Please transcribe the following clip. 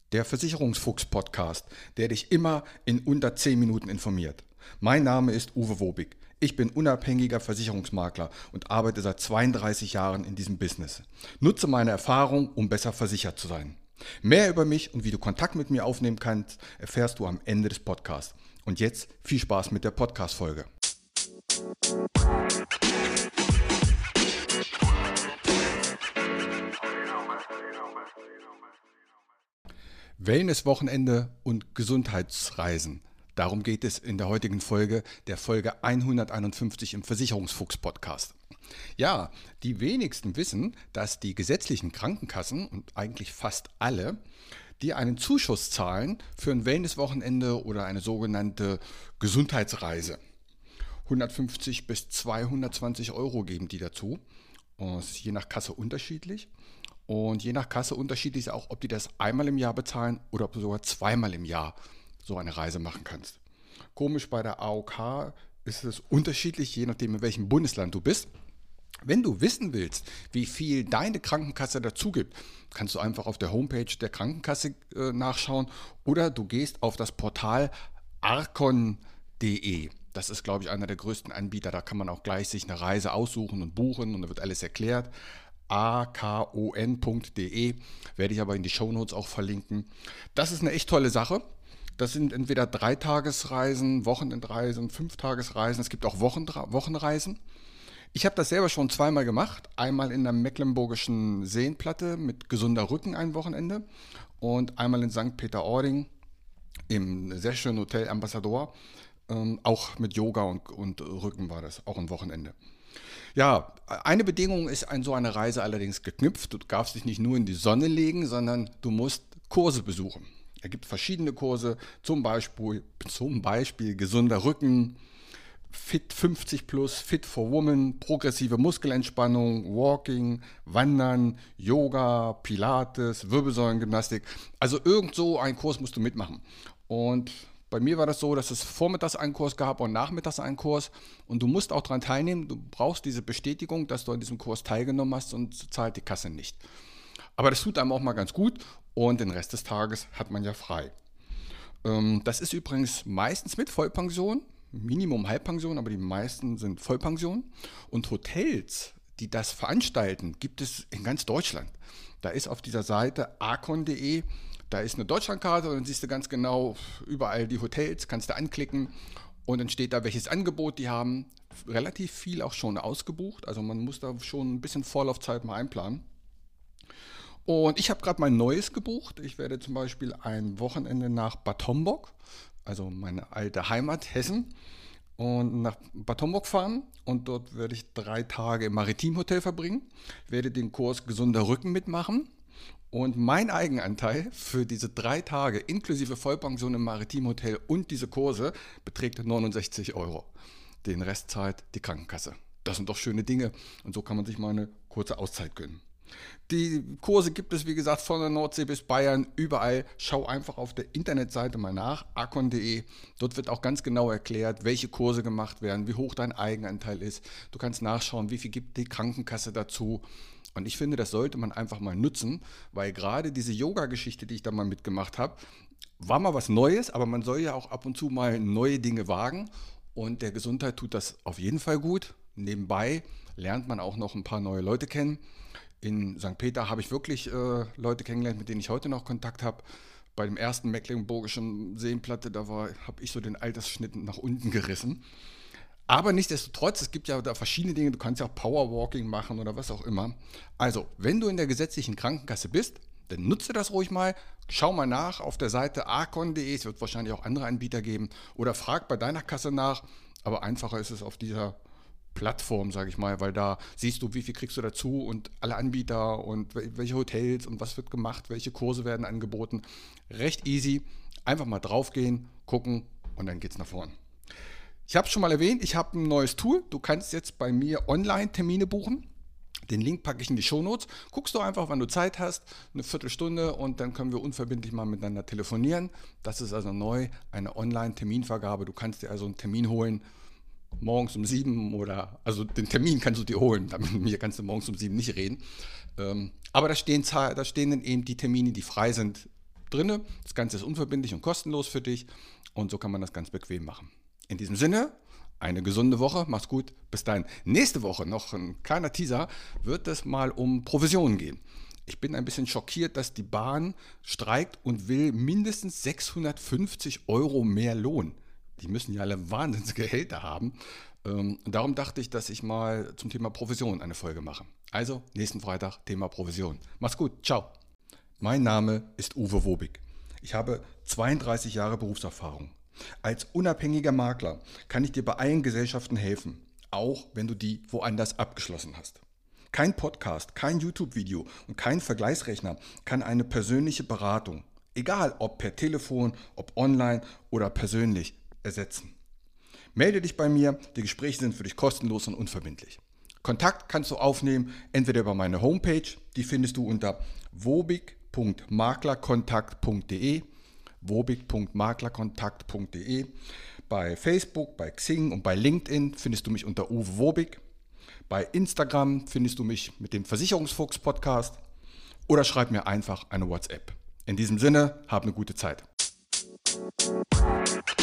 Der Versicherungsfuchs-Podcast, der dich immer in unter 10 Minuten informiert. Mein Name ist Uwe Wobig. Ich bin unabhängiger Versicherungsmakler und arbeite seit 32 Jahren in diesem Business. Nutze meine Erfahrung, um besser versichert zu sein. Mehr über mich und wie du Kontakt mit mir aufnehmen kannst, erfährst du am Ende des Podcasts. Und jetzt viel Spaß mit der Podcast-Folge. Wellness-Wochenende und Gesundheitsreisen. Darum geht es in der heutigen Folge, der Folge 151 im Versicherungsfuchs-Podcast. Ja, die wenigsten wissen, dass die gesetzlichen Krankenkassen und eigentlich fast alle, die einen Zuschuss zahlen für ein Wellness-Wochenende oder eine sogenannte Gesundheitsreise. 150 bis 220 Euro geben die dazu. Das ist je nach Kasse unterschiedlich. Und je nach Kasse unterschiedlich ist auch, ob die das einmal im Jahr bezahlen oder ob du sogar zweimal im Jahr so eine Reise machen kannst. Komisch, bei der AOK ist es unterschiedlich, je nachdem in welchem Bundesland du bist. Wenn du wissen willst, wie viel deine Krankenkasse dazu gibt, kannst du einfach auf der Homepage der Krankenkasse nachschauen oder du gehst auf das Portal arcon.de. Das ist, glaube ich, einer der größten Anbieter. Da kann man auch gleich sich eine Reise aussuchen und buchen und da wird alles erklärt. arkon.de, werde ich aber in die Shownotes auch verlinken. Das ist eine echt tolle Sache. Das sind entweder 3-Tagesreisen, Wochenendreisen, 5-Tagesreisen, es gibt auch Wochenreisen. Ich habe das selber schon zweimal gemacht. Einmal in der mecklenburgischen Seenplatte mit gesunder Rücken ein Wochenende und einmal in St. Peter-Ording im sehr schönen Hotel Ambassador. Auch mit Yoga und Rücken war das, auch ein Wochenende. Ja, eine Bedingung ist an so eine Reise allerdings geknüpft. Du darfst dich nicht nur in die Sonne legen, sondern du musst Kurse besuchen. Es gibt verschiedene Kurse, zum Beispiel gesunder Rücken, Fit 50 plus, Fit for Women, progressive Muskelentspannung, Walking, Wandern, Yoga, Pilates, Wirbelsäulengymnastik. Also irgend so einen Kurs musst du mitmachen. Und bei mir war das so, dass es vormittags einen Kurs gab und nachmittags einen Kurs. Und du musst auch daran teilnehmen. Du brauchst diese Bestätigung, dass du an diesem Kurs teilgenommen hast, und zahlt die Kasse nicht. Aber das tut einem auch mal ganz gut und den Rest des Tages hat man ja frei. Das ist übrigens meistens mit Vollpension, Minimum Halbpension, aber die meisten sind Vollpension. Und Hotels, die das veranstalten, gibt es in ganz Deutschland. Da ist auf dieser Seite arcon.de, da ist eine Deutschlandkarte und dann siehst du ganz genau überall die Hotels, kannst du anklicken und dann steht da, welches Angebot die haben. Relativ viel auch schon ausgebucht, also man muss da schon ein bisschen Vorlaufzeit mal einplanen. Und ich habe gerade mein neues gebucht. Ich werde zum Beispiel ein Wochenende nach Bad Homburg, also meine alte Heimat Hessen, und nach Bad Homburg fahren und dort werde ich 3 Tage im Maritimhotel verbringen. Ich werde den Kurs gesunder Rücken mitmachen. Und mein Eigenanteil für diese 3 Tage inklusive Vollpension im Maritimhotel und diese Kurse beträgt 69 Euro. Den Rest zahlt die Krankenkasse. Das sind doch schöne Dinge und so kann man sich mal eine kurze Auszeit gönnen. Die Kurse gibt es, wie gesagt, von der Nordsee bis Bayern, überall. Schau einfach auf der Internetseite mal nach, arcon.de. Dort wird auch ganz genau erklärt, welche Kurse gemacht werden, wie hoch dein Eigenanteil ist. Du kannst nachschauen, wie viel gibt die Krankenkasse dazu. Und ich finde, das sollte man einfach mal nutzen, weil gerade diese Yoga-Geschichte, die ich da mal mitgemacht habe, war mal was Neues, aber man soll ja auch ab und zu mal neue Dinge wagen. Und der Gesundheit tut das auf jeden Fall gut. Nebenbei lernt man auch noch ein paar neue Leute kennen. In St. Peter habe ich wirklich Leute kennengelernt, mit denen ich heute noch Kontakt habe. Bei dem ersten mecklenburgischen Seenplatte, habe ich so den Altersschnitt nach unten gerissen. Aber nichtsdestotrotz, es gibt ja da verschiedene Dinge, du kannst ja auch Powerwalking machen oder was auch immer. Also, wenn du in der gesetzlichen Krankenkasse bist, dann nutze das ruhig mal, schau mal nach auf der Seite arcon.de, es wird wahrscheinlich auch andere Anbieter geben, oder frag bei deiner Kasse nach, aber einfacher ist es auf dieser Plattform, sage ich mal, weil da siehst du, wie viel kriegst du dazu und alle Anbieter und welche Hotels und was wird gemacht, welche Kurse werden angeboten. Recht easy, einfach mal draufgehen, gucken und dann geht's nach vorn. Ich habe es schon mal erwähnt, ich habe ein neues Tool. Du kannst jetzt bei mir online Termine buchen. Den Link packe ich in die Shownotes. Guckst du einfach, wann du Zeit hast, eine Viertelstunde und dann können wir unverbindlich mal miteinander telefonieren. Das ist also neu, eine Online-Terminvergabe. Du kannst dir also einen Termin holen, morgens um 7 also den Termin kannst du dir holen, mit mir kannst du morgens um 7 nicht reden. Aber da stehen dann eben die Termine, die frei sind, drin. Das Ganze ist unverbindlich und kostenlos für dich und so kann man das ganz bequem machen. In diesem Sinne, eine gesunde Woche, mach's gut, bis dahin. Nächste Woche, noch ein kleiner Teaser, wird es mal um Provisionen gehen. Ich bin ein bisschen schockiert, dass die Bahn streikt und will mindestens 650 € mehr Lohn. Die müssen ja alle Wahnsinnsgehälter haben. Darum dachte ich, dass ich mal zum Thema Provision eine Folge mache. Also, nächsten Freitag Thema Provision. Mach's gut, ciao. Mein Name ist Uwe Wobig. Ich habe 32 Jahre Berufserfahrung. Als unabhängiger Makler kann ich dir bei allen Gesellschaften helfen, auch wenn du die woanders abgeschlossen hast. Kein Podcast, kein YouTube-Video und kein Vergleichsrechner kann eine persönliche Beratung, egal ob per Telefon, ob online oder persönlich, ersetzen. Melde dich bei mir, die Gespräche sind für dich kostenlos und unverbindlich. Kontakt kannst du aufnehmen, entweder über meine Homepage, die findest du unter wobig.maklerkontakt.de, wobig.maklerkontakt.de. Bei Facebook, bei Xing und bei LinkedIn findest du mich unter Uwe Wobig. Bei Instagram findest du mich mit dem Versicherungsfuchs-Podcast oder schreib mir einfach eine WhatsApp. In diesem Sinne, hab eine gute Zeit.